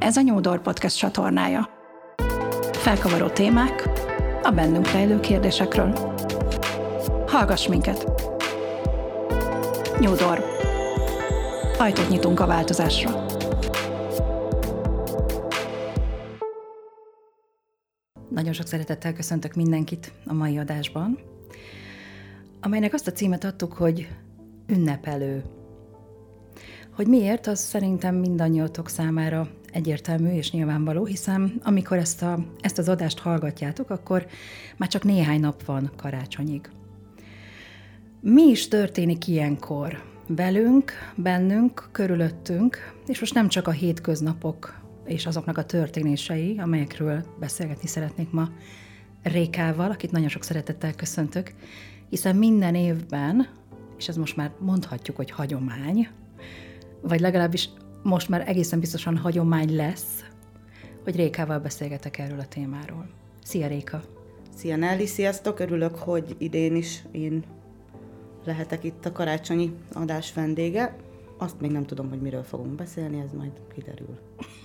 Ez a New Door Podcast csatornája. Felkavaró témák a bennünk rejlő kérdésekről. Hallgass minket! New Door. Ajtót nyitunk a változásra. Nagyon sok szeretettel köszöntök mindenkit a mai adásban, amelynek azt a címet adtuk, hogy ünnepelő. Hogy miért, az szerintem mindannyiótok számára egyértelmű és nyilvánvaló, hiszen amikor ezt az adást hallgatjátok, akkor már csak néhány nap van karácsonyig. Mi is történik ilyenkor? Velünk, bennünk, körülöttünk, és most nem csak a hétköznapok és azoknak a történései, amelyekről beszélgetni szeretnék ma Rékával, akit nagyon sok szeretettel köszöntök, hiszen minden évben, és ez most már mondhatjuk, hogy hagyomány, vagy legalábbis most már egészen biztosan hagyomány lesz, hogy Rékával beszélgetek erről a témáról. Szia, Réka! Szia, Nelly! Sziasztok! Örülök, hogy idén is én lehetek itt a karácsonyi adás vendége. Azt még nem tudom, hogy miről fogunk beszélni, ez majd kiderül.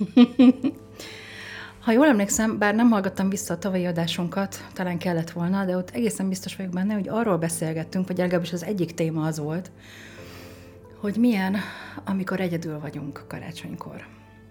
Ha jól emlékszem, bár nem hallgattam vissza a tavalyi adásunkat, talán kellett volna, de ott egészen biztos vagyok benne, hogy arról beszélgettünk, vagy legalábbis az egyik téma az volt, hogy milyen, amikor egyedül vagyunk karácsonykor.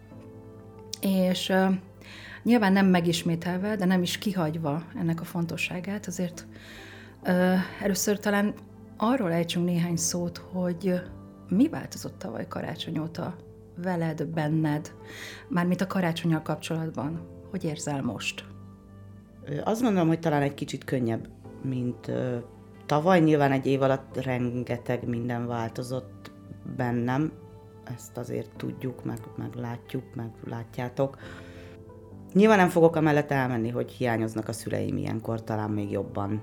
És nyilván nem megismételve, de nem is kihagyva ennek a fontosságát, azért először talán arról ejtsünk néhány szót, hogy mi változott tavaly karácsony óta veled, benned, mármint a karácsonnyal kapcsolatban. Hogy érzel most? Azt gondolom, hogy talán egy kicsit könnyebb, mint tavaly. Nyilván egy év alatt rengeteg minden változott bennem. Ezt azért tudjuk, meg látjuk, meg látjátok. Nyilván nem fogok amellett elmenni, hogy hiányoznak a szüleim ilyenkor, talán még jobban,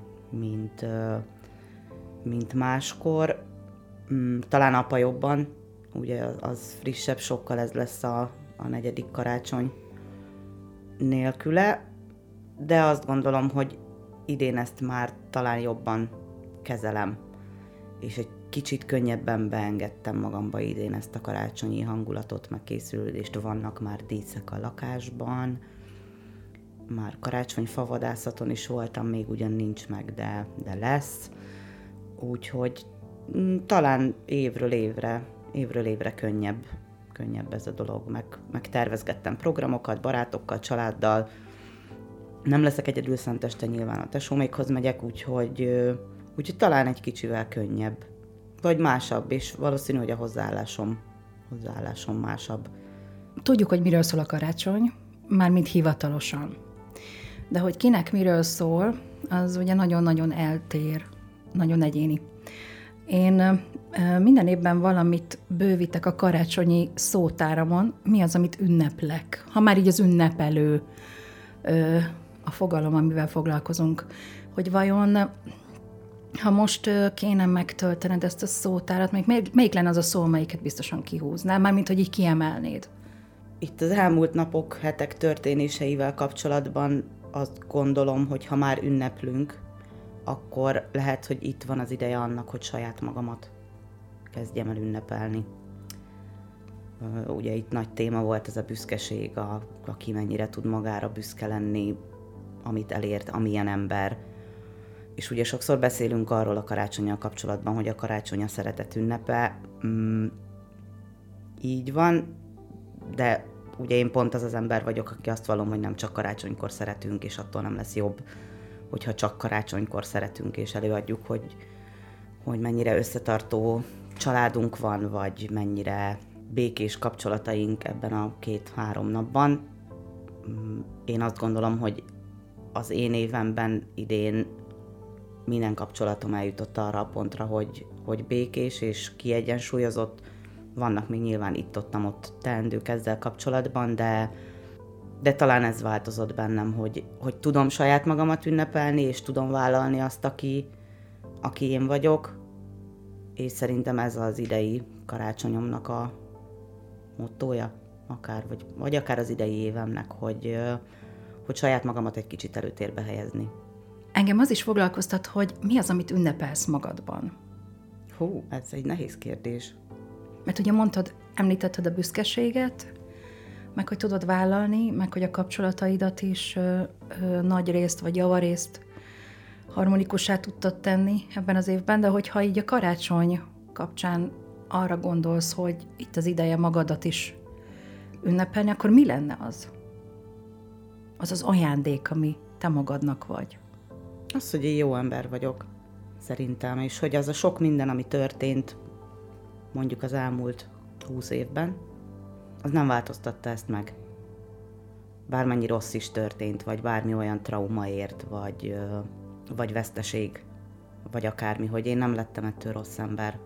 mint máskor. Talán apa jobban, ugye az frissebb, sokkal ez lesz a negyedik karácsony nélküle, de azt gondolom, hogy idén ezt már talán jobban kezelem, és egy kicsit könnyebben beengedtem magamba idén ezt a karácsonyi hangulatot, meg készülődést. Vannak már díszek a lakásban, már karácsonyfavadászaton is voltam, még ugyan nincs meg, de lesz, úgyhogy talán évről évre könnyebb ez a dolog, meg tervezgettem programokat, barátokkal, családdal. Nem leszek egyedül szenteste, nyilván a tesómékhoz megyek, úgyhogy talán egy kicsivel könnyebb, vagy másabb, és valószínű, hogy a hozzáállásom másabb. Tudjuk, hogy miről szól a karácsony, mármint hivatalosan. De hogy kinek miről szól, az ugye nagyon-nagyon eltér, nagyon egyéni. Én minden évben valamit bővítek a karácsonyi szótáramon, mi az, amit ünneplek. Ha már így az ünnepelő a fogalom, amivel foglalkozunk, hogy vajon, ha most kéne megtöltened ezt a szótárat, melyik lenne az a szó, amelyiket biztosan kihúznál, mármint, hogy így kiemelnéd? Itt az elmúlt napok, hetek történéseivel kapcsolatban azt gondolom, hogy ha már ünneplünk, akkor lehet, hogy itt van az ideje annak, hogy saját magamat kezdjem el ünnepelni. Ugye itt nagy téma volt ez a büszkeség, aki mennyire tud magára büszke lenni, amit elért, amilyen ember. És ugye sokszor beszélünk arról a karácsonnyal kapcsolatban, hogy a karácsony a szeretet ünnepe. Így van, de ugye én pont az ember vagyok, aki azt vallom, hogy nem csak karácsonykor szeretünk, és attól nem lesz jobb, hogyha csak karácsonykor szeretünk, és előadjuk, hogy mennyire összetartó családunk van, vagy mennyire békés kapcsolataink ebben a 2-3 napban. Én azt gondolom, hogy az én évemben idén minden kapcsolatom eljutott arra a pontra, hogy békés és kiegyensúlyozott. Vannak még nyilván itt-ott teendők ezzel kapcsolatban, de talán ez változott bennem, hogy tudom saját magamat ünnepelni, és tudom vállalni azt, aki én vagyok, és szerintem ez az idei karácsonyomnak a mottója, vagy akár az idei évemnek, hogy saját magamat egy kicsit előtérbe helyezni. Engem az is foglalkoztat, hogy mi az, amit ünnepelsz magadban? Hú, ez egy nehéz kérdés. Mert ugye említetted a büszkeséget, meg hogy tudod vállalni, meg hogy a kapcsolataidat is nagy részt vagy javarészt harmonikussá tudtad tenni ebben az évben, de hogyha így a karácsony kapcsán arra gondolsz, hogy itt az ideje magadat is ünnepelni, akkor mi lenne az? Az az ajándék, ami te magadnak vagy. Az, hogy én jó ember vagyok, szerintem, és hogy az a sok minden, ami történt mondjuk az elmúlt 20 évben, az nem változtatta ezt meg. Bármennyi rossz is történt, vagy bármi olyan trauma ért, vagy veszteség, vagy akármi, hogy én nem lettem ettől rossz ember.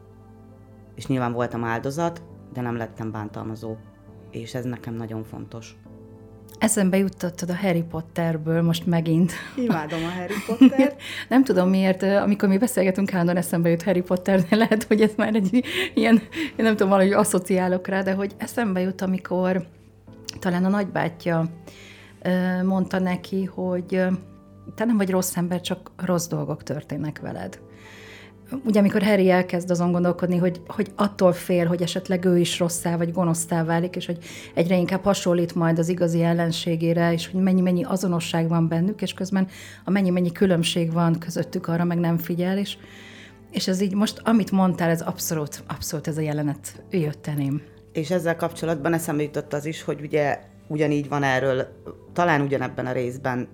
És nyilván voltam áldozat, de nem lettem bántalmazó. És ez nekem nagyon fontos. Eszembe juttattad a Harry Potterből most megint. Imádom a Harry Pottert. Nem tudom miért, amikor mi beszélgetünk, állandóan eszembe jut Harry Potter, de lehet, hogy ez már egy ilyen, én nem tudom, valahogy asszociálok rá, de hogy eszembe jut, amikor talán a nagybátyja mondta neki, hogy te nem vagy rossz ember, csak rossz dolgok történnek veled. Ugye, amikor Harry elkezd azon gondolkodni, hogy attól fél, hogy esetleg ő is rosszá vagy gonosztá válik, és hogy egyre inkább hasonlít majd az igazi ellenségére, és hogy mennyi-mennyi azonosság van bennük, és közben a mennyi-mennyi különbség van közöttük, arra meg nem figyel, és ez így most, amit mondtál, ez abszolút ez a jelenet jött elém. És ezzel kapcsolatban eszembe jutott az is, hogy ugye ugyanígy van erről, talán ugyanebben a részben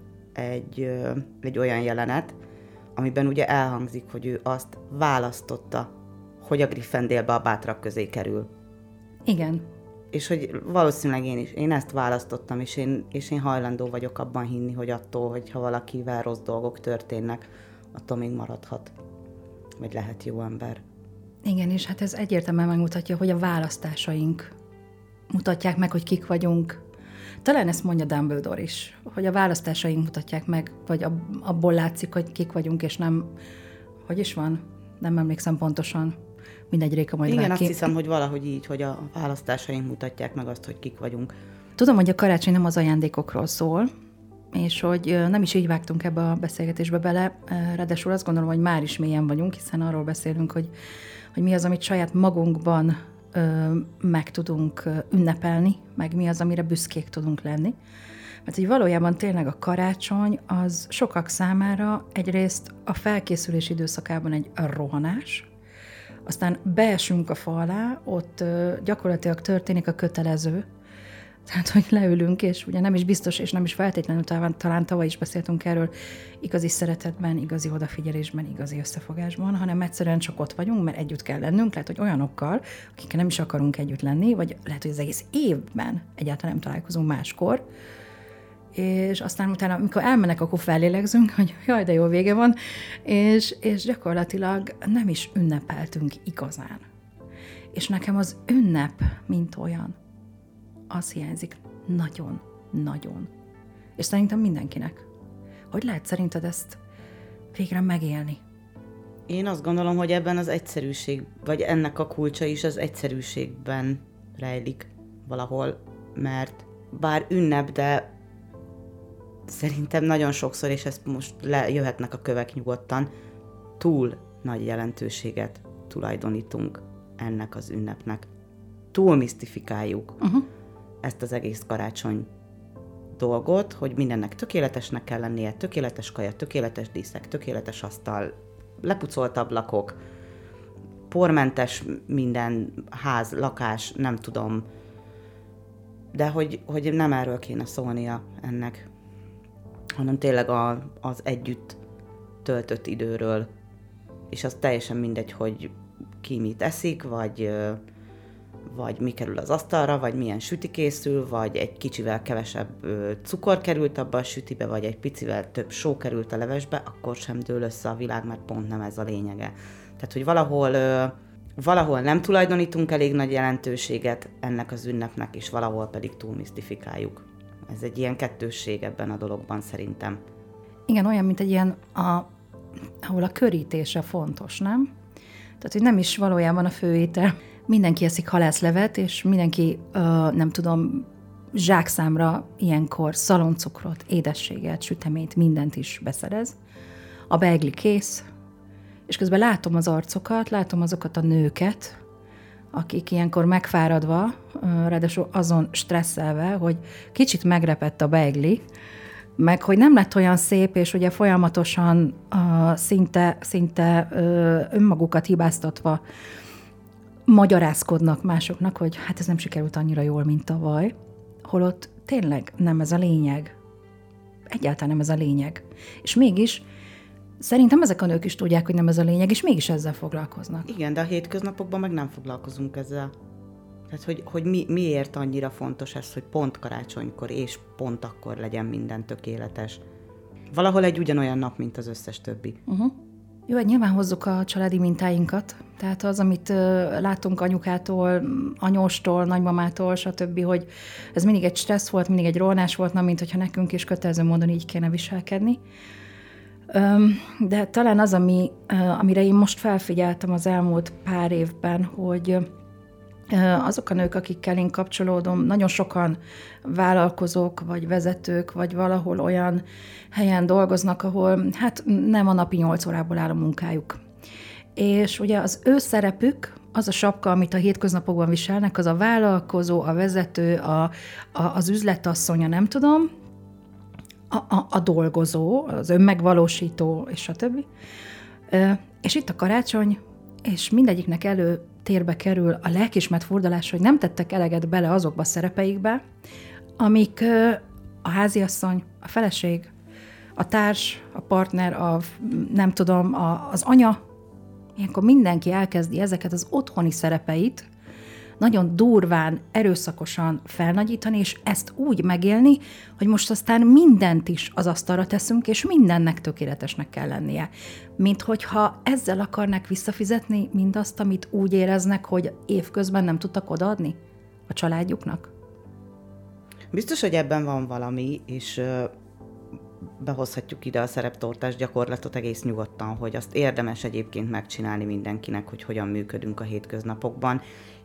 egy olyan jelenet, amiben ugye elhangzik, hogy ő azt választotta, hogy a Gryffindorba a bátrak közé kerül. Igen. És hogy valószínűleg én ezt választottam, és én hajlandó vagyok abban hinni, hogy attól, hogyha valakivel rossz dolgok történnek, attól még maradhat, vagy lehet jó ember. Igen, és hát ez egyértelműen megmutatja, hogy a választásaink mutatják meg, hogy kik vagyunk. Talán ezt mondja Dumbledore is, hogy a választásaink mutatják meg, vagy abból látszik, hogy kik vagyunk, és nem, hogy is van? Nem emlékszem pontosan. Mindegy, Réka majd igen, vág ki. Azt hiszem, hogy valahogy így, hogy a választásaink mutatják meg azt, hogy kik vagyunk. Tudom, hogy a karácsony nem az ajándékokról szól, és hogy nem is így vágtunk ebbe a beszélgetésbe bele. Ráadásul azt gondolom, hogy már is mélyen vagyunk, hiszen arról beszélünk, hogy mi az, amit saját magunkban meg tudunk ünnepelni, meg mi az, amire büszkék tudunk lenni. Mert hogy valójában tényleg a karácsony az sokak számára egyrészt a felkészülés időszakában egy rohanás, aztán beesünk a fa alá, ott gyakorlatilag történik a kötelező, tehát, hogy leülünk, és ugye nem is biztos, és nem is feltétlenül, talán tavaly is beszéltünk erről, igazi szeretetben, igazi odafigyelésben, igazi összefogásban, hanem egyszerűen csak ott vagyunk, mert együtt kell lennünk, lehet, hogy olyanokkal, akikkel nem is akarunk együtt lenni, vagy lehet, hogy az egész évben egyáltalán nem találkozunk máskor, és aztán utána, amikor elmennek, akkor fellélegzünk, hogy jaj, de jó vége van, és gyakorlatilag nem is ünnepeltünk igazán. És nekem az ünnep, mint olyan, az hiányzik nagyon. És szerintem mindenkinek. Hogy lehet szerinted ezt végre megélni? Én azt gondolom, hogy ebben az egyszerűség, vagy ennek a kulcsa is az egyszerűségben rejlik valahol, mert bár ünnep, de szerintem nagyon sokszor, és ezt most jöhetnek a kövek nyugodtan, túl nagy jelentőséget tulajdonítunk ennek az ünnepnek. Túl misztifikáljuk ezt az egész karácsony dolgot, hogy mindennek tökéletesnek kell lennie, tökéletes kaja, tökéletes díszek, tökéletes asztal, lepucolt ablakok, pormentes minden ház, lakás, nem tudom, de hogy nem erről kéne szólnia ennek, hanem tényleg az együtt töltött időről, és az teljesen mindegy, hogy ki mit eszik, vagy mi kerül az asztalra, vagy milyen süti készül, vagy egy kicsivel kevesebb cukor került abba a sütibe, vagy egy picivel több só került a levesbe, akkor sem dől össze a világ, mert pont nem ez a lényege. Tehát, hogy valahol nem tulajdonítunk elég nagy jelentőséget ennek az ünnepnek, és valahol pedig túl misztifikáljuk. Ez egy ilyen kettősség ebben a dologban szerintem. Igen, olyan, mint egy ilyen, ahol a körítése fontos, nem? Tehát, hogy nem is valójában a főétel. Mindenki eszik halászlevet, és mindenki, nem tudom, zsákszámra ilyenkor szaloncukrot, édességet, süteményt, mindent is beszerez. A beigli kész, és közben látom az arcokat, látom azokat a nőket, akik ilyenkor megfáradva ráadásul azon stresszelve, hogy kicsit megrepett a beigli, meg hogy nem lett olyan szép, és ugye folyamatosan szinte önmagukat hibáztatva magyarázkodnak másoknak, hogy hát ez nem sikerült annyira jól, mint tavaly, holott tényleg nem ez a lényeg. Egyáltalán nem ez a lényeg. És mégis szerintem ezek a nők is tudják, hogy nem ez a lényeg, és mégis ezzel foglalkoznak. Igen, de a hétköznapokban meg nem foglalkozunk ezzel. Tehát, hogy miért annyira fontos ez, hogy pont karácsonykor és pont akkor legyen minden tökéletes. Valahol egy ugyanolyan nap, mint az összes többi. Jó, hát nyilván hozzuk a családi mintáinkat, tehát az, amit látunk anyukától, anyóstól, nagymamától, stb., hogy ez mindig egy stressz volt, mindig egy rohanás volt, mint hogyha nekünk is kötelező módon így kéne viselkedni. De talán az, amire én most felfigyeltem az elmúlt pár évben, hogy azok a nők, akikkel én kapcsolódom, nagyon sokan vállalkozók, vagy vezetők, vagy valahol olyan helyen dolgoznak, ahol hát nem a napi 8 órából áll a munkájuk. És ugye az ő szerepük, az a sapka, amit a hétköznapokban viselnek, az a vállalkozó, a vezető, az üzletasszonya, nem tudom, a dolgozó, az önmegvalósító, és a többi. És itt a karácsony, és mindegyiknek előtérbe kerül a lelkiismert furdalás, hogy nem tettek eleget bele azokba a szerepeikbe, amik a háziasszony, a feleség, a társ, a partner, nem tudom, az anya. Ilyenkor mindenki elkezdi ezeket az otthoni szerepeit nagyon durván, erőszakosan felnagyítani, és ezt úgy megélni, hogy most aztán mindent is az asztalra teszünk, és mindennek tökéletesnek kell lennie. Mint hogyha ezzel akarnák visszafizetni mindazt, amit úgy éreznek, hogy évközben nem tudtak odaadni a családjuknak. Biztos, hogy ebben van valami, és behozhatjuk ide a szereptortás gyakorlatot egész nyugodtan, hogy azt érdemes egyébként megcsinálni mindenkinek, hogy hogyan működünk a hétköznapokban,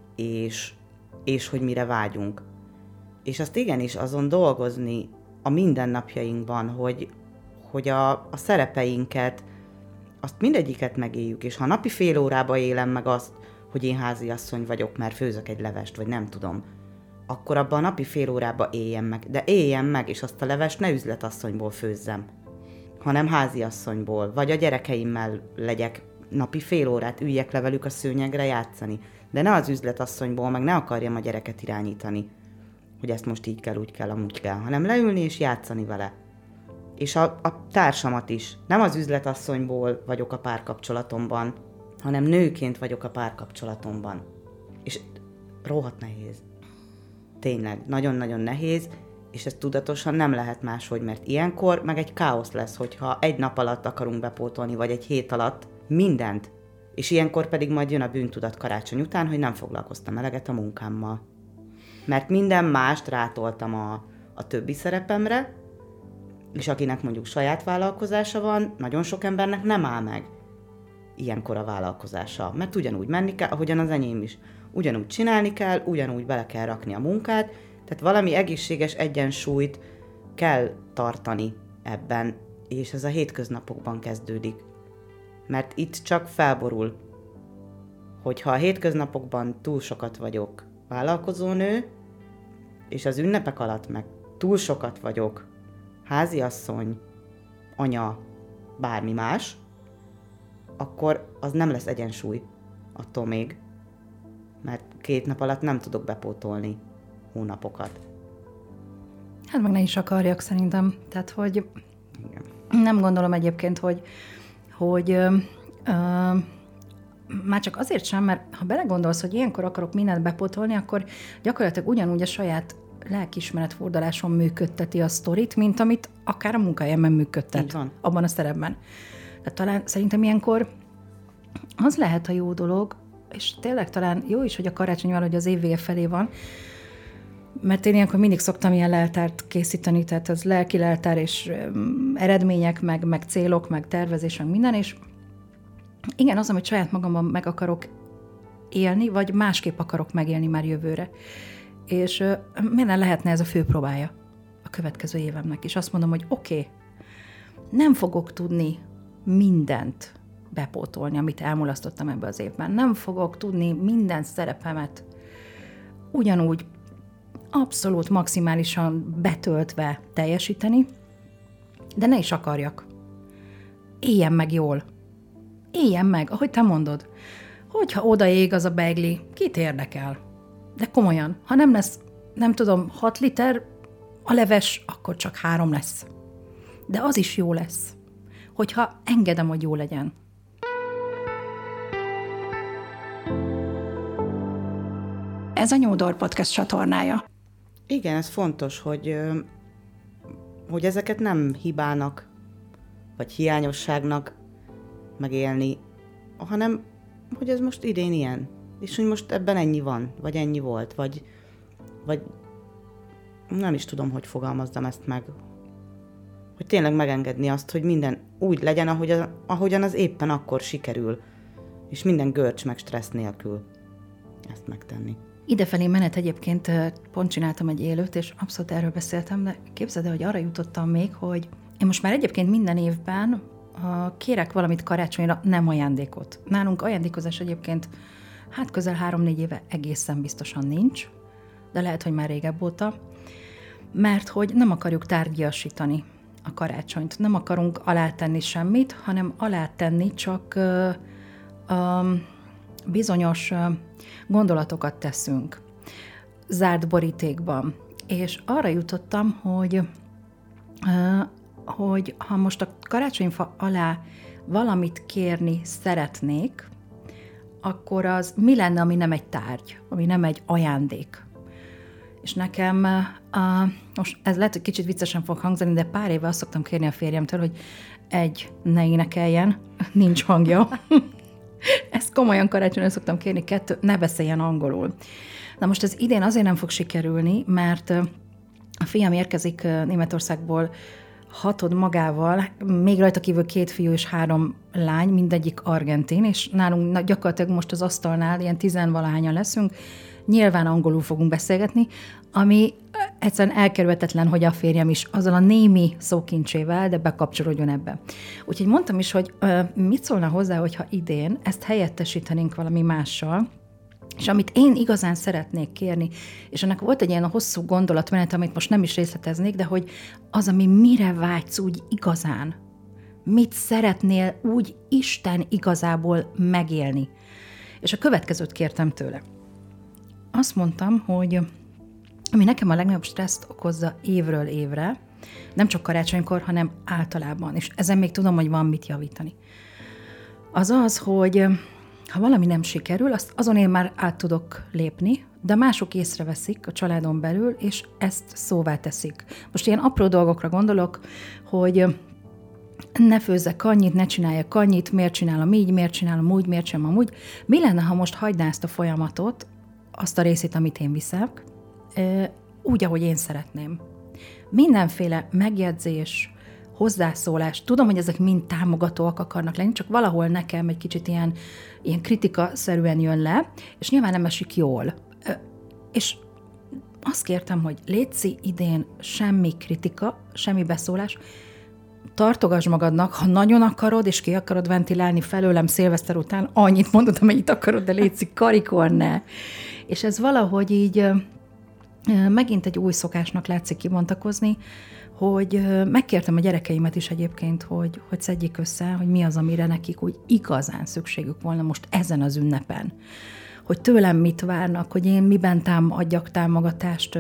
és hogy mire vágyunk. És azt igenis azon dolgozni a mindennapjainkban, hogy a szerepeinket, azt mindegyiket megéljük, és ha napi fél órába élem meg azt, hogy én háziasszony vagyok, mert főzök egy levest, vagy nem tudom, akkor abban a napi fél órába éljem meg. De éljem meg, és azt a levest ne üzletasszonyból főzzem, hanem háziasszonyból, vagy a gyerekeimmel legyek napi fél órát, üljek le velük a szőnyegre játszani. De ne az üzletasszonyból, meg ne akarjam a gyereket irányítani, hogy ezt most így kell, úgy kell, amúgy kell, hanem leülni és játszani vele. És a társamat is. Nem az üzletasszonyból vagyok a párkapcsolatomban, hanem nőként vagyok a párkapcsolatomban. És rohadt nehéz. Tényleg, nagyon-nagyon nehéz, és ez tudatosan nem lehet máshogy, mert ilyenkor meg egy káosz lesz, hogyha egy nap alatt akarunk bepótolni, vagy egy hét alatt mindent. És ilyenkor pedig majd jön a bűntudat karácsony után, hogy nem foglalkoztam eleget a munkámmal. Mert minden mást rátoltam a többi szerepemre, és akinek mondjuk saját vállalkozása van, nagyon sok embernek nem áll meg ilyenkor a vállalkozása. Mert ugyanúgy menni kell, ahogyan az enyém is. Ugyanúgy csinálni kell, ugyanúgy bele kell rakni a munkát, tehát valami egészséges egyensúlyt kell tartani ebben, és ez a hétköznapokban kezdődik. Mert itt csak felborul, hogyha a hétköznapokban túl sokat vagyok vállalkozónő, és az ünnepek alatt meg túl sokat vagyok háziasszony, anya, bármi más, akkor az nem lesz egyensúly attól még, mert 2 nap alatt nem tudok bepótolni hónapokat. Hát meg ne is akarjak szerintem. Tehát, hogy Igen. Nem gondolom egyébként, hogy már csak azért sem, mert ha belegondolsz, hogy ilyenkor akarok mindent bepótolni, akkor gyakorlatilag ugyanúgy a saját lelkiismeret fordaláson működteti a sztorit, mint amit akár a munkahelyemen működtet abban a szerepben. Tehát talán szerintem ilyenkor az lehet a jó dolog, és tényleg talán jó is, hogy a karácsony valahogy az év vége felé van, mert én ilyenkor mindig szoktam ilyen leltárt készíteni, tehát az lelki leltár és eredmények, meg célok, meg tervezés, meg minden, és igen, az, amit saját magamban meg akarok élni, vagy másképp akarok megélni már jövőre. És miért ne lehetne ez a fő próbája a következő évemnek? És azt mondom, hogy oké, nem fogok tudni mindent bepótolni, amit elmulasztottam ebbe az évben. Nem fogok tudni minden szerepemet ugyanúgy abszolút maximálisan betöltve teljesíteni, de ne is akarjak. Éljen meg jól. Éljen meg, ahogy te mondod. Hogyha odaég az a beigli, kit érdekel? De komolyan, ha nem lesz, nem tudom, 6 liter a leves, akkor csak 3 lesz. De az is jó lesz, hogyha engedem, hogy jó legyen. Ez a New Door Podcast csatornája. Igen, ez fontos, hogy ezeket nem hibának, vagy hiányosságnak megélni, hanem hogy ez most idén ilyen, és hogy most ebben ennyi van, vagy ennyi volt, vagy nem is tudom, hogy fogalmazzam ezt meg. Hogy tényleg megengedni azt, hogy minden úgy legyen, ahogyan az éppen akkor sikerül, és minden görcs meg stressz nélkül ezt megtenni. Idefelé menet egyébként pont csináltam egy élőt, és abszolút erről beszéltem, de képzeld el, hogy arra jutottam még, hogy én most már egyébként minden évben kérek valamit karácsonyra, nem ajándékot. Nálunk ajándékozás egyébként közel 3-4 éve egészen biztosan nincs, de lehet, hogy már régebb óta, mert hogy nem akarjuk tárgyasítani a karácsonyt. Nem akarunk alátenni semmit, hanem alátenni csak bizonyos gondolatokat teszünk zárt borítékban. És arra jutottam, hogy ha most a karácsonyfa alá valamit kérni szeretnék, akkor az mi lenne, ami nem egy tárgy, ami nem egy ajándék. És nekem, most ez lehet, hogy kicsit viccesen fog hangzani, de pár éve azt szoktam kérni a férjemtől, hogy ne énekeljen, nincs hangja. Ezt komolyan karácsonyra szoktam kérni, 2, ne beszéljen angolul. Na most ez idén azért nem fog sikerülni, mert a fiam érkezik Németországból, 6 magával, még rajta kívül 2 fiú és 3 lány, mindegyik argentin, és nálunk gyakorlatilag most az asztalnál ilyen 10-valahányan leszünk, nyilván angolul fogunk beszélgetni, ami egyszerűen elkerülhetetlen, hogy a férjem is azzal a némi szókincsével, de bekapcsolódjon ebbe. Úgyhogy mondtam is, hogy mit szólna hozzá, hogyha idén ezt helyettesítenénk valami mással, és amit én igazán szeretnék kérni, és ennek volt egy ilyen hosszú gondolatmenet, amit most nem is részleteznék, de hogy az, ami mire vágysz úgy igazán, mit szeretnél úgy Isten igazából megélni. És a következőt kértem tőle. Azt mondtam, hogy ami nekem a legnagyobb stresszt okozza évről évre, nem csak karácsonykor, hanem általában, és ezen még tudom, hogy van mit javítani. Az az, hogy ha valami nem sikerül, azon én már át tudok lépni, de mások észreveszik a családon belül, és ezt szóvá teszik. Most ilyen apró dolgokra gondolok, hogy ne főzzek annyit, ne csináljak annyit, miért csinálom így, miért csinálom úgy, miért csinálom amúgy. Mi lenne, ha most hagyná ezt a folyamatot, azt a részét, amit én viszek, úgy, ahogy én szeretném. Mindenféle megjegyzés, hozzászólás, tudom, hogy ezek mind támogatóak akarnak lenni, csak valahol nekem egy kicsit ilyen kritikaszerűen jön le, és nyilván nem esik jól. És azt kértem, hogy létszi idén semmi kritika, semmi beszólás, tartogass magadnak, ha nagyon akarod, és ki akarod ventilálni felőlem szilveszter után, annyit mondod, amennyit akarod, de létszik, karikor ne. És ez valahogy így megint egy új szokásnak látszik kibontakozni, hogy megkértem a gyerekeimet is egyébként, hogy szedjék össze, hogy mi az, amire nekik úgy igazán szükségük volna most ezen az ünnepen. Hogy tőlem mit várnak, hogy én miben adjak támogatást.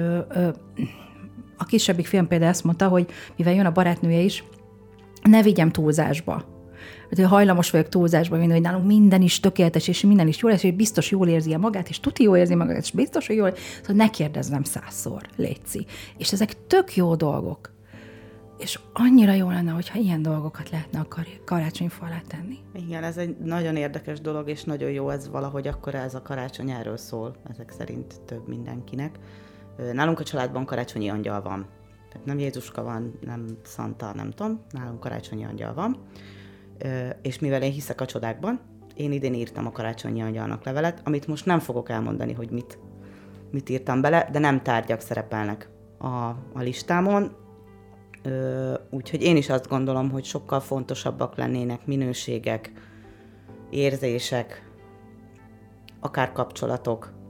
A kisebbik fiam például ezt mondta, hogy mivel jön a barátnője is, ne vigyem túlzásba. Hajlamos vagyok túlzásba vinni, hogy nálunk minden is tökéletes, és minden is jól lesz, és biztos jól érzi magát, és tuti jól érzi magát, és biztos, hogy jól, szóval ne kérdezzem 100-szor, létszi. És ezek tök jó dolgok. És annyira jó lenne, hogyha ilyen dolgokat lehetne a karácsonyfa alá tenni. Igen, ez egy nagyon érdekes dolog, és nagyon jó ez valahogy, akkor ez a karácsony erről szól, ezek szerint több mindenkinek. Nálunk a családban karácsonyi angyal van. Tehát nem Jézuska van, nem Szanta, nem tudom, nálunk karácsonyi angyal van. És mivel én hiszek a csodákban, én idén írtam a karácsonyi angyalnak levelet, amit most nem fogok elmondani, hogy mit írtam bele, de nem tárgyak szerepelnek a listámon. Úgyhogy én is azt gondolom, hogy sokkal fontosabbak lennének minőségek, érzések, akár kapcsolatok,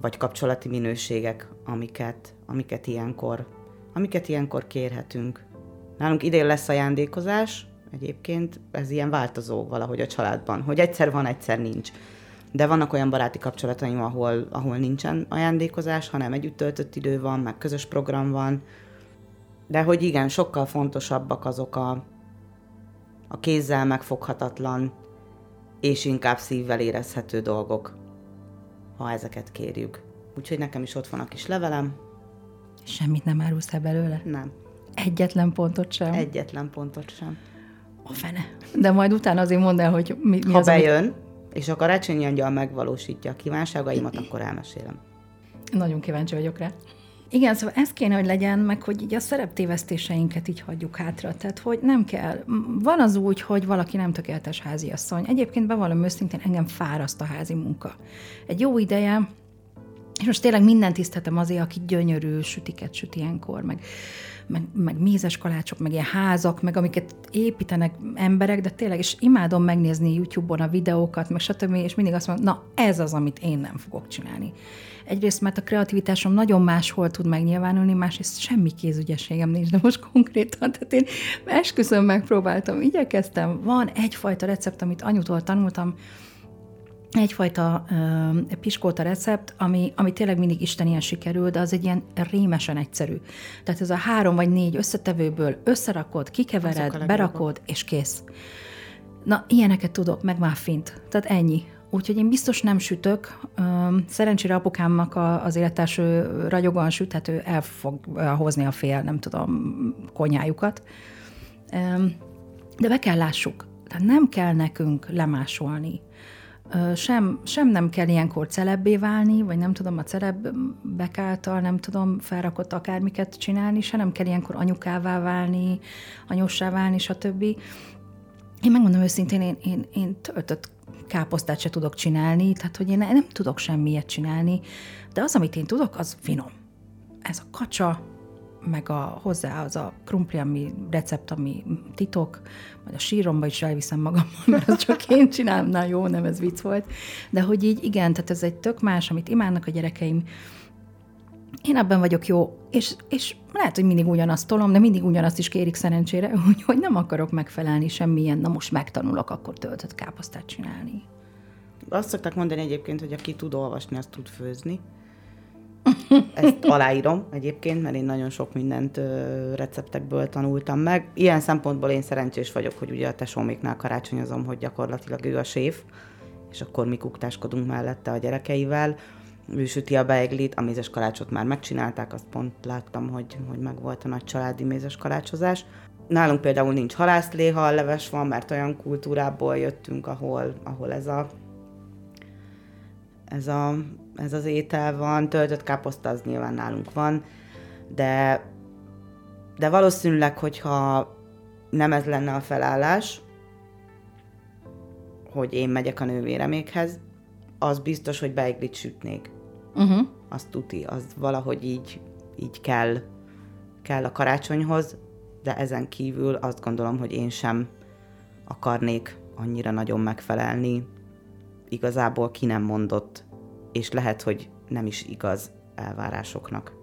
vagy kapcsolati minőségek, amiket ilyenkor kérhetünk. Nálunk idén lesz ajándékozás, egyébként ez ilyen változó valahogy a családban, hogy egyszer van, egyszer nincs. De vannak olyan baráti kapcsolataim, ahol nincsen ajándékozás, hanem együtt töltött idő van, meg közös program van. De hogy igen, sokkal fontosabbak azok a kézzel megfoghatatlan és inkább szívvel érezhető dolgok, ha ezeket kérjük. Úgyhogy nekem is ott van a kis levelem. Semmit nem árulsz el belőle? Nem. Egyetlen pontot sem? Egyetlen pontot sem. A fene. De majd utána azért mondd el, hogy mi ha az, bejön, és a karácsonyi angyal megvalósítja a kívánságaimat, akkor elmesélem. Nagyon kíváncsi vagyok rá. Igen, szóval ez kéne, hogy legyen, meg hogy így a szereptévesztéseinket így hagyjuk hátra. Tehát, hogy nem kell. Van az úgy, hogy valaki nem tökéletes háziasszony. Egyébként bevallom őszintén, engem fáraszt a házi munka. Egy jó ideje, és most tényleg mindent tiszteltem azért, aki gyönyörű sütiket süt ilyenkor, meg mézes kalácsok, meg ilyen házak, meg amiket építenek emberek, de tényleg, és imádom megnézni YouTube-on a videókat, meg stb., és mindig azt mondom, na ez az, amit én nem fogok csinálni. Egyrészt, mert a kreativitásom nagyon máshol tud megnyilvánulni, másrészt semmi kézügyességem nincs, de most konkrétan, tehát én esküszöm megpróbáltam, igyekeztem, van egyfajta recept, amit anyutól tanultam, egyfajta piskóta recept, ami tényleg mindig istenien sikerül, de az egy ilyen rémesen egyszerű. Tehát ez a 3 vagy 4 összetevőből összerakod, kikevered, berakod, és kész. Na, ilyeneket tudok, meg muffint. Tehát ennyi. Úgyhogy én biztos nem sütök. Szerencsére apukámnak az élettárs ragyogóan süthető, el fog hozni a fél, nem tudom, konyhájukat. De be kell lássuk. Tehát nem kell nekünk lemásolni. Sem nem kell ilyenkor celebbé válni, vagy nem tudom, a celebbek által nem tudom, felrakott akármiket csinálni, se nem kell ilyenkor anyukává válni, anyussá válni, stb. Én megmondom őszintén, én töltött káposztát se tudok csinálni, tehát hogy én nem tudok semmiet csinálni, de az, amit én tudok, az finom. Ez a kacsa, meg hozzá az a krumpli, ami recept, ami titok, majd a síromba is elviszem magammal, mert az csak én csinálom, na jó, nem, ez vicc volt. De hogy így igen, tehát ez egy tök más, amit imádnak a gyerekeim. Én ebben vagyok jó, és lehet, hogy mindig ugyanazt tolom, de mindig ugyanazt is kérik szerencsére, hogy nem akarok megfelelni semmilyen, na most megtanulok akkor töltött káposztát csinálni. Azt szokták mondani egyébként, hogy aki tud olvasni, az tud főzni. Ezt aláírom egyébként, mert én nagyon sok mindent receptekből tanultam meg. Ilyen szempontból én szerencsés vagyok, hogy ugye a tesóméknál karácsonyozom, hogy gyakorlatilag ő a séf, és akkor mi kuktáskodunk mellette a gyerekeivel. Ő süti a beiglit, a mézes kalácsot már megcsinálták, azt pont láttam, hogy megvolt a nagy családi mézes kalácsozás. Nálunk például nincs halászléha, leves van, mert olyan kultúrából jöttünk, ahol ez az étel van, töltött káposzta az nyilván nálunk van, de valószínűleg, hogyha nem ez lenne a felállás, hogy én megyek a nővéremékhez, az biztos, hogy beiglit sütnék. Uh-huh. Az tuti, az valahogy így kell a karácsonyhoz, de ezen kívül azt gondolom, hogy én sem akarnék annyira nagyon megfelelni igazából ki nem mondott, és lehet, hogy nem is igaz elvárásoknak.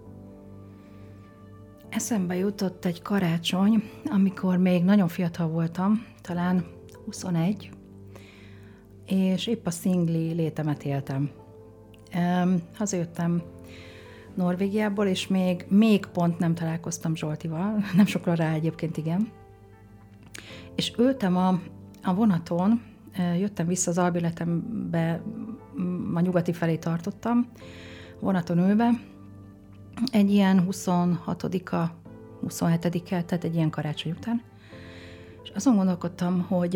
Eszembe jutott egy karácsony, amikor még nagyon fiatal voltam, talán 21, és épp a szingli létemet éltem. Hazajöttem Norvégiából, és még pont nem találkoztam Zsoltival, nem sokra rá egyébként, igen. És ültem a vonaton, jöttem vissza az albérletembe, a nyugati felé tartottam, vonaton ülve, egy ilyen 26-a, 27-e, tehát egy ilyen karácsony után. És azon gondolkodtam, hogy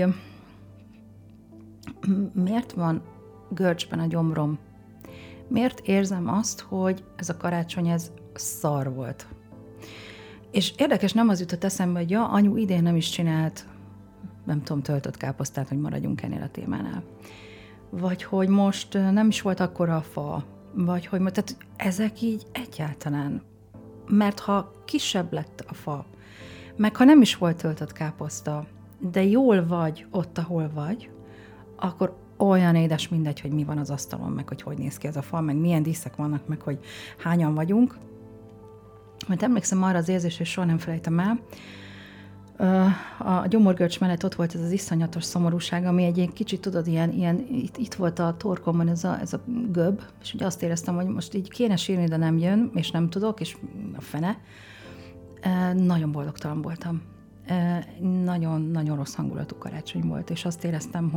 miért van görcsben a gyomrom? Miért érzem azt, hogy ez a karácsony, ez szar volt? És érdekes, nem az jutott eszembe, hogy ja, anyu idén nem is csinált, nem tudom, töltött káposztát, hogy maradjunk ennél a témánál. Vagy hogy most nem is volt akkora a fa, vagy hogy tehát ezek így egyáltalán, mert ha kisebb lett a fa, meg ha nem is volt töltött káposzta, de jól vagy ott, ahol vagy, akkor olyan édes, mindegy, hogy mi van az asztalon, meg hogy néz ki ez a fal, meg milyen díszek vannak, meg hogy hányan vagyunk. Mert emlékszem arra az érzésre, és soha nem felejtem el, a gyomorgörcs mellett ott volt ez az iszonyatos szomorúság, ami egy kicsit, tudod, itt volt a torkomban ez a göb, és ugye azt éreztem, hogy most így kéne sírni, de nem jön, és nem tudok, és a fene. Nagyon boldogtalan voltam. Nagyon rossz hangulatú karácsony volt, és azt éreztem,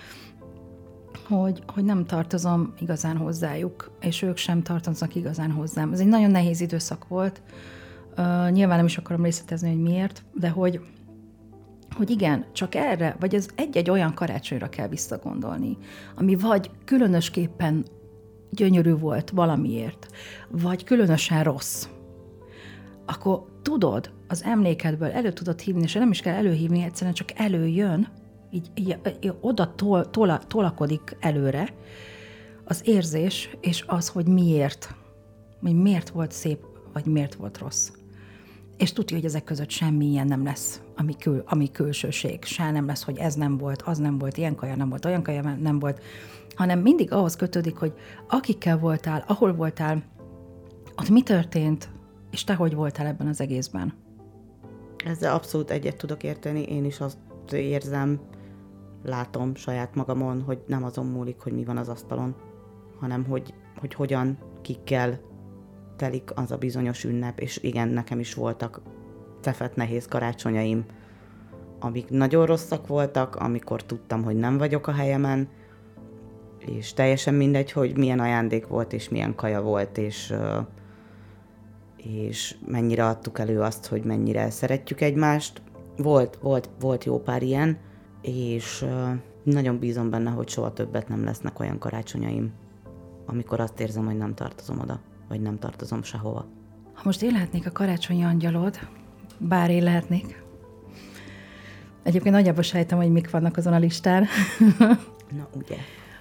hogy nem tartozom igazán hozzájuk, és ők sem tartoznak igazán hozzám. Ez egy nagyon nehéz időszak volt. Nyilván nem is akarom részletezni, hogy miért, de hogy igen, csak erre, vagy ez egy-egy olyan karácsonyra kell visszagondolni, ami vagy különösképpen gyönyörű volt valamiért, vagy különösen rossz. Akkor tudod, az emlékedből elő tudod hívni, és nem is kell előhívni, egyszerűen csak előjön, így oda tolakodik előre az érzés, és az, hogy miért volt szép, vagy miért volt rossz. És tudja, hogy ezek között semmi ilyen nem lesz, ami külsőség. Se nem lesz, hogy ez nem volt, az nem volt, ilyen kaja nem volt, olyan kaja nem volt, hanem mindig ahhoz kötődik, hogy akikkel voltál, ahol voltál, ott mi történt, és te hogy voltál ebben az egészben. Ezzel abszolút egyet tudok érteni, én is azt érzem, látom saját magamon, hogy nem azon múlik, hogy mi van az asztalon, hanem hogy hogyan, kikkel telik az a bizonyos ünnep, és igen, nekem is voltak tefett nehéz karácsonyaim, amik nagyon rosszak voltak, amikor tudtam, hogy nem vagyok a helyemen, és teljesen mindegy, hogy milyen ajándék volt, és milyen kaja volt, és mennyire adtuk elő azt, hogy mennyire szeretjük egymást. Volt jó pár ilyen, és nagyon bízom benne, hogy soha többet nem lesznek olyan karácsonyaim, amikor azt érzem, hogy nem tartozom oda, vagy nem tartozom sehova. Ha most én lehetnék a karácsonyi angyalod, bár én lehetnék. Egyébként nagyjából sejtem, hogy mik vannak azon a listán. Na, ugye.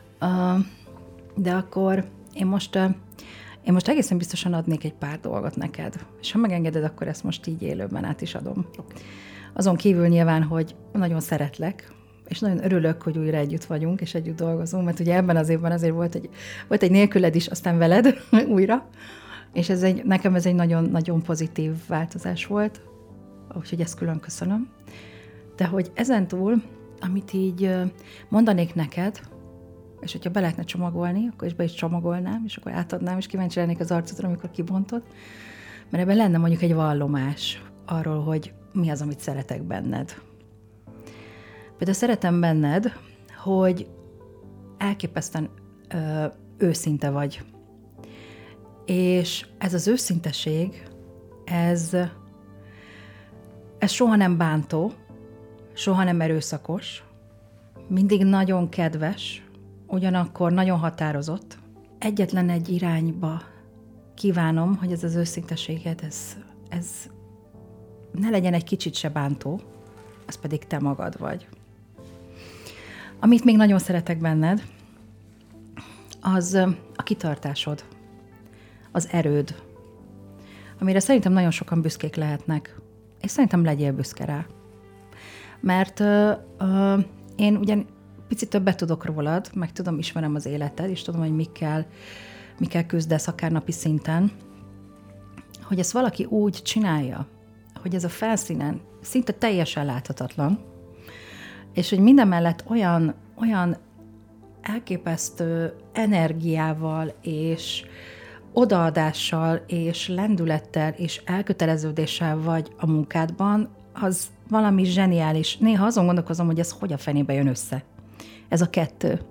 De akkor én most egészen biztosan adnék egy pár dolgot neked. És ha megengeded, akkor ezt most így élőben át is adom. Okay. Azon kívül nyilván, hogy nagyon szeretlek, és nagyon örülök, hogy újra együtt vagyunk, és együtt dolgozunk, mert ugye ebben az évben azért volt egy nélküled is, aztán veled újra, és nekem ez egy nagyon-nagyon pozitív változás volt, úgyhogy ezt külön köszönöm. De hogy ezentúl, amit így mondanék neked, és hogyha be lehetne csomagolni, akkor is be is csomagolnám, és akkor átadnám, és kíváncsi lennék az arcodra, amikor kibontod, mert ebben lenne mondjuk egy vallomás arról, hogy mi az, amit szeretek benned. Például szeretem benned, hogy elképesztően őszinte vagy. És ez az őszinteség, ez soha nem bántó, soha nem erőszakos, mindig nagyon kedves, ugyanakkor nagyon határozott. Egyetlen egy irányba kívánom, hogy ez az őszinteséged, ez ne legyen egy kicsit se bántó, az pedig te magad vagy. Amit még nagyon szeretek benned, az a kitartásod, az erőd, amire szerintem nagyon sokan büszkék lehetnek, és szerintem legyél büszke rá. Mert én ugyan picit többet tudok rólad, meg ismerem az életed, és tudom, hogy mikkel küzdesz akár napi szinten, hogy ezt valaki úgy csinálja, hogy ez a felszínen szinte teljesen láthatatlan, és hogy minden mellett olyan elképesztő energiával, és odaadással, és lendülettel, és elköteleződéssel vagy a munkádban, az valami zseniális. Néha azon gondolkozom, hogy ez hogy a fenébe jön össze. Ez a kettő.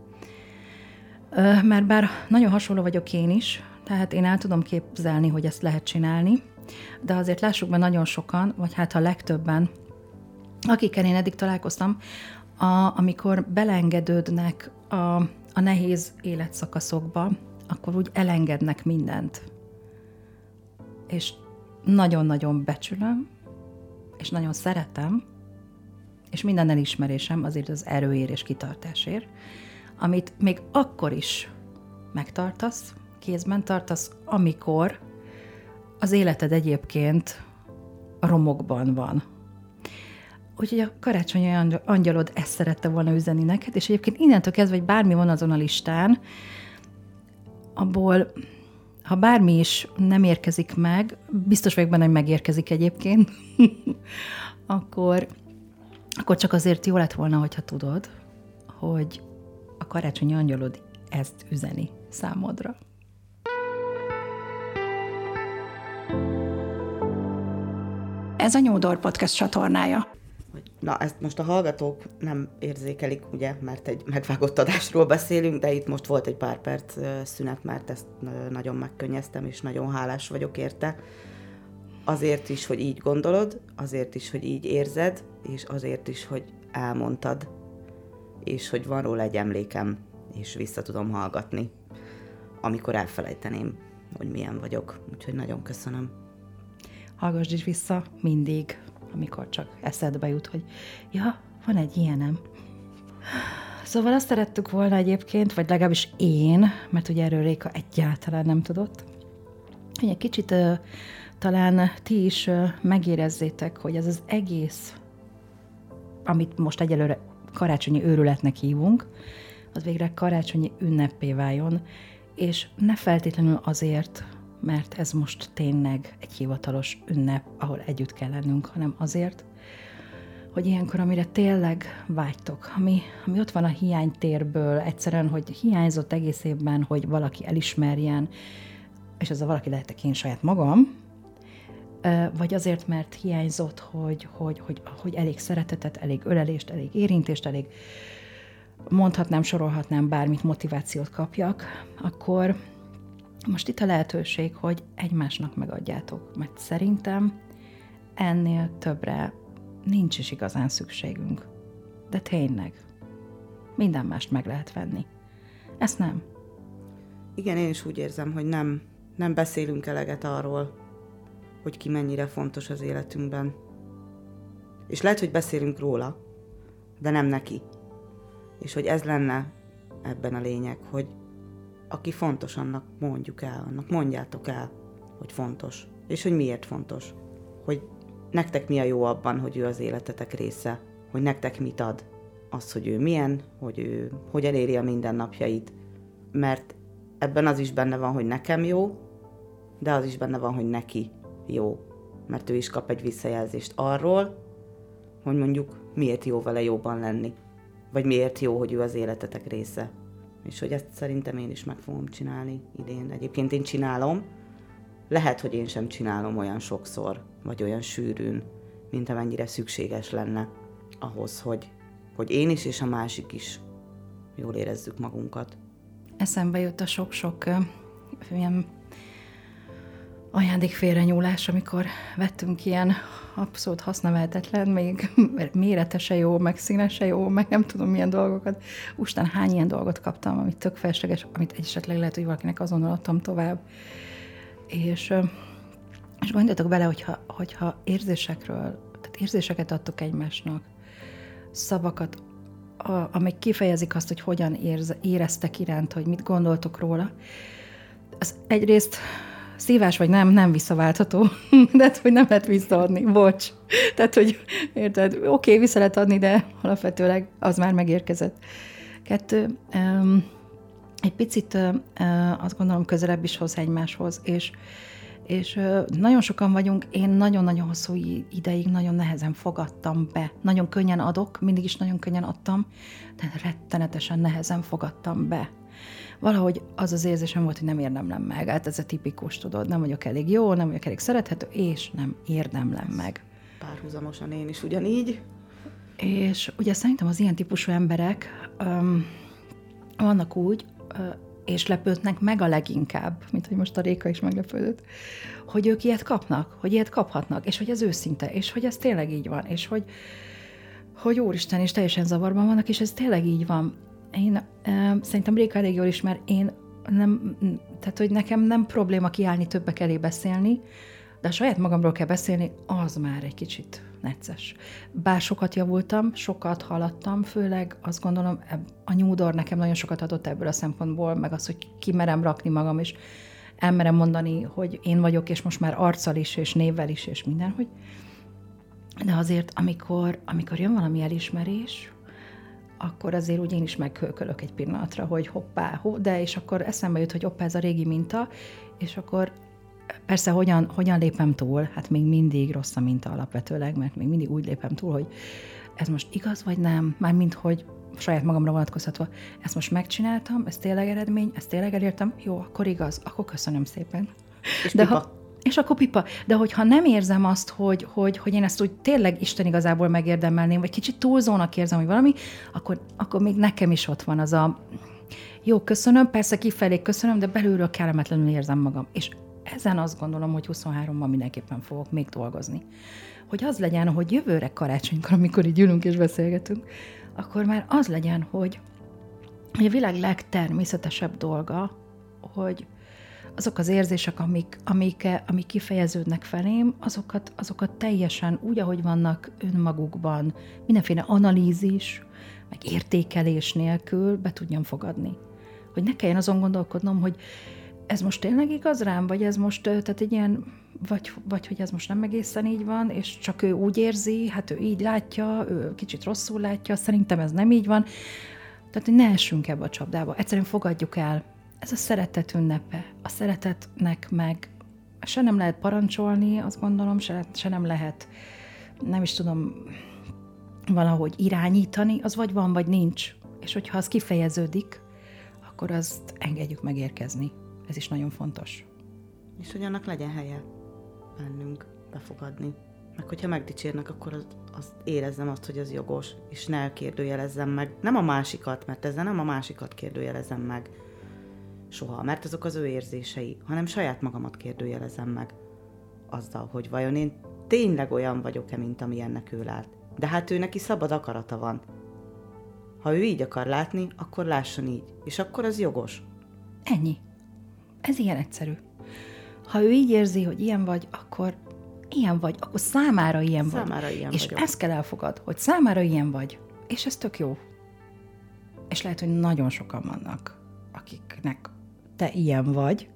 Mert bár nagyon hasonló vagyok én is, tehát én el tudom képzelni, hogy ezt lehet csinálni, de azért lássuk be nagyon sokan, vagy hát a legtöbben, akikkel én eddig találkoztam, amikor beleengedődnek a nehéz életszakaszokba, akkor úgy elengednek mindent. És nagyon-nagyon becsülöm, és nagyon szeretem, és minden elismerésem azért az erőért és kitartásért, amit még akkor is megtartasz, kézben tartasz, amikor az életed egyébként a romokban van. Úgyhogy a karácsonyi angyalod ezt szerette volna üzenni neked, és egyébként innentől kezdve, hogy bármi van azon a listán, abból, ha bármi is nem érkezik meg, biztos vagyok benne, hogy megérkezik egyébként, akkor csak azért jó lett volna, hogyha tudod, hogy a karácsonyi angyalod ezt üzeni számodra. Ez a New Door Podcast csatornája. Na, ezt most a hallgatók nem érzékelik, ugye, mert egy megvágott adásról beszélünk, de itt most volt egy pár perc szünet, mert ezt nagyon megkönnyeztem, és nagyon hálás vagyok érte. Azért is, hogy így gondolod, azért is, hogy így érzed, és azért is, hogy elmondtad, és hogy van róla egy emlékem, és vissza tudom hallgatni, amikor elfelejteném, hogy milyen vagyok. Úgyhogy nagyon köszönöm. Hallgassd is vissza mindig, amikor csak eszedbe jut, hogy ja, van egy ilyenem. Szóval azt szerettük volna egyébként, vagy legalábbis én, mert ugye erről Réka egyáltalán nem tudott, hogy egy kicsit talán ti is megérezzétek, hogy ez az egész, amit most egyelőre karácsonyi őrületnek hívunk, az végre karácsonyi ünnepé váljon, és ne feltétlenül azért, mert ez most tényleg egy hivatalos ünnep, ahol együtt kell lennünk, hanem azért, hogy ilyenkor, amire tényleg vágytok, ami ott van a hiánytérből, egyszerűen, hogy hiányzott egész évben, hogy valaki elismerjen, és ez a valaki lehetek én saját magam, vagy azért, mert hiányzott, hogy elég szeretetet, elég ölelést, elég érintést, elég mondhatnám, sorolhatnám bármit, motivációt kapjak, akkor most itt a lehetőség, hogy egymásnak megadjátok, mert szerintem ennél többre nincs is igazán szükségünk. De tényleg, minden mást meg lehet venni. Ezt nem. Igen, én is úgy érzem, hogy nem beszélünk eleget arról, hogy ki mennyire fontos az életünkben. És lehet, hogy beszélünk róla, de nem neki. És hogy ez lenne ebben a lényeg, hogy aki fontos, annak mondjuk el, annak mondjátok el, hogy fontos. És hogy miért fontos. Hogy nektek mi a jó abban, hogy ő az életetek része. Hogy nektek mit ad az, hogy ő milyen, hogy ő hogyan éli a mindennapjait. Mert ebben az is benne van, hogy nekem jó, de az is benne van, hogy neki jó. Mert ő is kap egy visszajelzést arról, hogy mondjuk miért jó vele jóban lenni. Vagy miért jó, hogy ő az életetek része. És hogy ezt szerintem én is meg fogom csinálni idén. Egyébként én csinálom. Lehet, hogy én sem csinálom olyan sokszor, vagy olyan sűrűn, mint amennyire szükséges lenne ahhoz, hogy én is és a másik is jól érezzük magunkat. Eszembe jut a sok-sok ilyen ajándékfélrenyúlás, amikor vettünk ilyen abszolút hasznavehetetlen, még mérete se jó, meg színe se jó, meg nem tudom milyen dolgokat. Úristen, hány ilyen dolgot kaptam, amit tök felesleges, amit esetleg lehet, hogy valakinek azonnal adtam tovább. És gondoljatok bele, hogyha tehát érzéseket adtok egymásnak, szavakat, amik kifejezik azt, hogy hogyan éreztek iránt, hogy mit gondoltok róla, az egyrészt szívás vagy nem visszaváltható, de hogy nem lehet visszaadni, bocs. Tehát, hogy érted, oké, vissza lehet adni, de alapvetőleg az már megérkezett. 2, egy picit azt gondolom közelebb is hoz egymáshoz, és nagyon sokan vagyunk, én nagyon-nagyon hosszú ideig nagyon nehezen fogadtam be. Nagyon könnyen adok, mindig is nagyon könnyen adtam, de rettenetesen nehezen fogadtam be. Valahogy az az érzésem volt, hogy nem érdemlem meg. Hát ez a tipikus, tudod, nem vagyok elég jó, nem vagyok elég szerethető, és nem érdemlem meg. Párhuzamosan én is ugyanígy. És ugye szerintem az ilyen típusú emberek vannak úgy, és lepődnek meg a leginkább, mint hogy most a Réka is meglepődött, hogy ők ilyet kapnak, hogy ilyet kaphatnak, és hogy ez őszinte, és hogy ez tényleg így van, és hogy úristen, és teljesen zavarban vannak, és ez tényleg így van. Én szerintem Réka elég jól ismer, én nem, tehát hogy nekem nem probléma kiállni többek elé beszélni, de a saját magamról kell beszélni, az már egy kicsit necces. Bár sokat javultam, sokat haladtam, főleg azt gondolom, a New Door nekem nagyon sokat adott ebből a szempontból, meg az, hogy kimerem rakni magam, és elmerem mondani, hogy én vagyok, és most már arccal is, és névvel is, és mindenhogy. De azért, amikor jön valami elismerés, akkor azért úgy én is megkölkölök egy pillanatra, hogy hoppá, de és akkor eszembe jut, hogy hoppá, ez a régi minta, és akkor persze hogyan lépem túl, hát még mindig rossz a minta alapvetőleg, mert még mindig úgy lépem túl, hogy ez most igaz vagy nem, mármint hogy saját magamra vonatkoztatva, ezt most megcsináltam, ez tényleg eredmény, ezt tényleg elértem, jó, akkor igaz, akkor köszönöm szépen. És pipa. És akkor pipa. De hogyha nem érzem azt, hogy én ezt úgy tényleg Isten igazából megérdemelném, vagy kicsit túlzónak érzem, hogy valami, akkor még nekem is ott van az a jó, köszönöm, persze kifelé köszönöm, de belülről kellemetlenül érzem magam. És ezen azt gondolom, hogy 23-ban mindenképpen fogok még dolgozni. Hogy az legyen, hogy jövőre karácsonykor, amikor így ülünk és beszélgetünk, akkor már az legyen, hogy a világ legtermészetesebb dolga, hogy azok az érzések, amik kifejeződnek felém, azokat teljesen úgy, ahogy vannak önmagukban, mindenféle analízis, meg értékelés nélkül be tudjam fogadni. Hogy ne kelljen azon gondolkodnom, hogy ez most tényleg igaz rám, vagy ez most, tehát egy ilyen, vagy hogy ez most nem egészen így van, és csak ő úgy érzi, hát ő így látja, ő kicsit rosszul látja, szerintem ez nem így van. Tehát, hogy ne essünk ebbe a csapdába. Egyszerűen fogadjuk el. Ez a szeretet ünnepe. A szeretetnek meg se nem lehet parancsolni, azt gondolom, se nem lehet, nem is tudom, valahogy irányítani, az vagy van, vagy nincs. És hogyha az kifejeződik, akkor azt engedjük megérkezni. Ez is nagyon fontos. És hogy annak legyen helye bennünk befogadni. Meg hogyha megdicsérnek, akkor azt érezzem azt, hogy az jogos, és ne kérdőjelezzem meg. Nem a másikat, mert ezzel nem a másikat kérdőjelezem meg soha, mert azok az ő érzései, hanem saját magamat kérdőjelezem meg azzal, hogy vajon én tényleg olyan vagyok-e, mint amilyennek ő lát. De hát ő neki szabad akarata van. Ha ő így akar látni, akkor lásson így, és akkor az jogos. Ennyi. Ez ilyen egyszerű. Ha ő így érzi, hogy ilyen vagy, akkor ilyen vagy, akkor számára ilyen vagy. És vagyok. ezt kell elfogad, hogy számára ilyen vagy. És ez tök jó. És lehet, hogy nagyon sokan vannak, akiknek te ilyen vagy.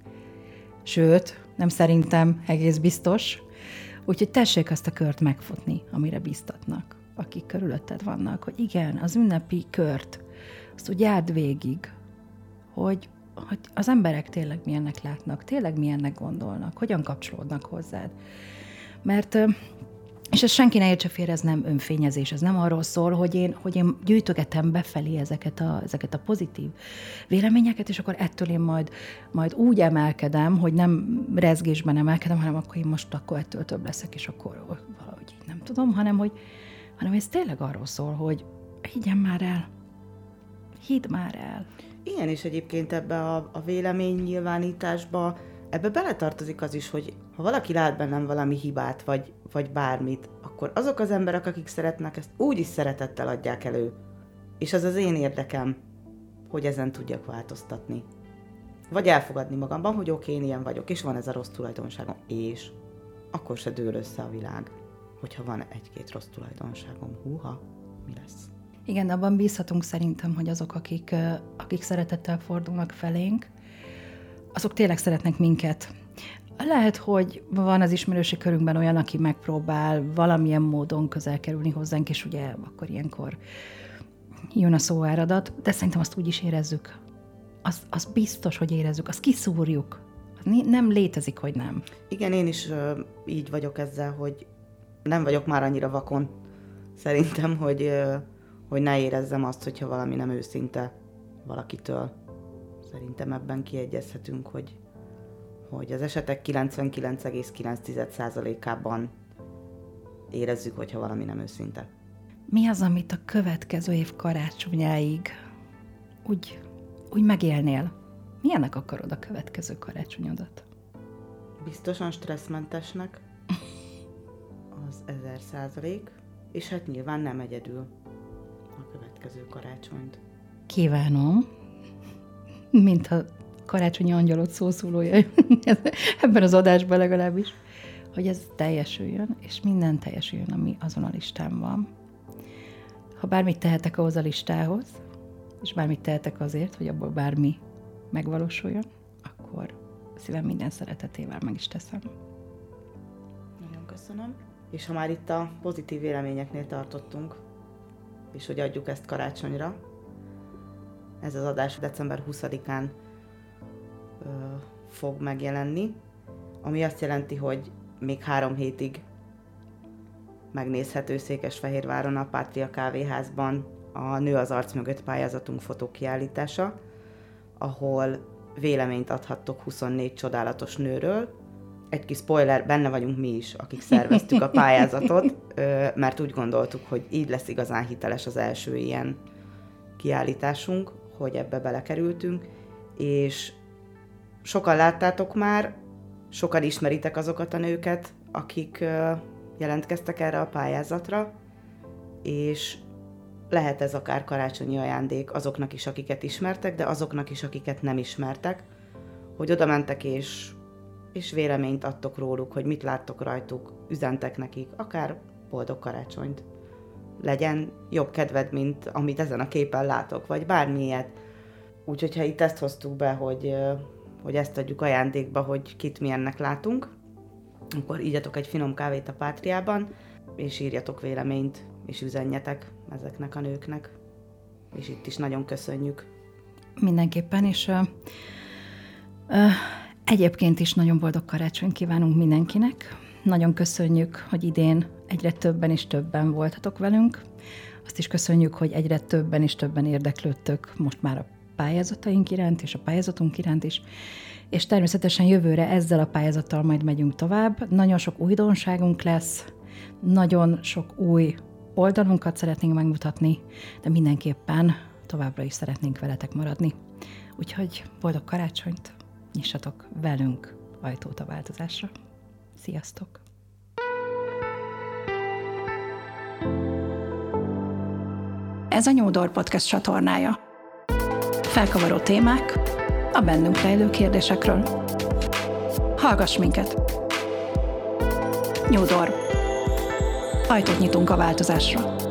Sőt, nem szerintem, egész biztos. Úgyhogy tessék azt a kört megfutni, amire bíztatnak, akik körülötted vannak, hogy igen, az ünnepi kört, azt úgy járd végig, hogy az emberek tényleg milyennek látnak, tényleg milyennek gondolnak, hogyan kapcsolódnak hozzád. Mert, és ez senki ne értse félre, ez nem önfényezés, ez nem arról szól, hogy én gyűjtögetem befelé ezeket a pozitív véleményeket, és akkor ettől én majd úgy emelkedem, hogy nem rezgésben emelkedem, hanem akkor én most akkor ettől több leszek, és akkor valahogy így nem tudom, hanem ez tényleg arról szól, hogy higgyen már el, hidd már el. Igen, és egyébként ebbe a véleménynyilvánításba ebbe beletartozik az is, hogy ha valaki lát bennem valami hibát, vagy bármit, akkor azok az emberek, akik szeretnek, ezt úgy is szeretettel adják elő. És az én érdekem, hogy ezen tudjak változtatni. Vagy elfogadni magamban, hogy oké, én ilyen vagyok, és van ez a rossz tulajdonságom. És akkor se dől össze a világ, hogyha van egy-két rossz tulajdonságom. Húha, mi lesz? Igen, abban bízhatunk szerintem, hogy azok, akik szeretettel fordulnak felénk, azok tényleg szeretnek minket. Lehet, hogy van az ismerősi körünkben olyan, aki megpróbál valamilyen módon közel kerülni hozzánk, és ugye akkor ilyenkor jön a szóáradat, de szerintem azt úgy is érezzük. Az biztos, hogy érezzük, azt kiszúrjuk. Nem létezik, hogy nem. Igen, én is így vagyok ezzel, hogy nem vagyok már annyira vakon. Szerintem, hogy ne érezzem azt, hogyha valami nem őszinte valakitől. Szerintem ebben kiegyezhetünk, hogy az esetek 99,9%-ában érezzük, hogyha valami nem őszinte. Mi az, amit a következő év karácsonyáig úgy megélnél? Milyennek akarod a következő karácsonyodat? Biztosan stresszmentesnek, az 1000%, és hát nyilván nem egyedül a következő karácsonyt. Kívánom, mint a karácsonyi angyalot szószólója ebben az adásban legalábbis, hogy ez teljesüljön, és minden teljesüljön, ami azon a listán van. Ha bármit tehetek ahhoz a listához, és bármit tehetek azért, hogy abból bármi megvalósuljon, akkor szívem minden szeretetével meg is teszem. Nagyon köszönöm. És ha már itt a pozitív véleményeknél tartottunk, és hogy adjuk ezt karácsonyra, ez az adás december 20-án fog megjelenni, ami azt jelenti, hogy még 3 hétig megnézhető Székesfehérváron a Pátria kávéházban a Nő az arc mögött pályázatunk fotókiállítása, ahol véleményt adhattok 24 csodálatos nőről. Egy kis spoiler, benne vagyunk mi is, akik szerveztük a pályázatot, mert úgy gondoltuk, hogy így lesz igazán hiteles az első ilyen kiállításunk, hogy ebbe belekerültünk, és sokan láttátok már, sokan ismeritek azokat a nőket, akik jelentkeztek erre a pályázatra, és lehet ez akár karácsonyi ajándék azoknak is, akiket ismertek, de azoknak is, akiket nem ismertek, hogy oda mentek és véleményt adtok róluk, hogy mit láttok rajtuk, üzentek nekik, akár boldog karácsonyt. Legyen jobb kedved, mint amit ezen a képen látok, vagy bármi ilyet. Úgyhogy ha itt ezt hoztuk be, hogy ezt adjuk ajándékba, hogy kit milyennek látunk, akkor ígyatok egy finom kávét a Pátriában, és írjatok véleményt, és üzenjetek ezeknek a nőknek. És itt is nagyon köszönjük. Mindenképpen, és egyébként is nagyon boldog karácsonyt kívánunk mindenkinek. Nagyon köszönjük, hogy idén egyre többen és többen voltatok velünk. Azt is köszönjük, hogy egyre többen és többen érdeklődtök most már a pályázataink iránt, és a pályázatunk iránt is. És természetesen jövőre ezzel a pályázattal majd megyünk tovább. Nagyon sok újdonságunk lesz, nagyon sok új oldalunkat szeretnénk megmutatni, de mindenképpen továbbra is szeretnénk veletek maradni. Úgyhogy boldog karácsonyt, nyissatok velünk ajtót a változásra. Sziasztok! Ez a New Door Podcast csatornája. Felkavaró témák a bennünk rejlő kérdésekről. Hallgass minket! New Door. Ajtót nyitunk a változásra.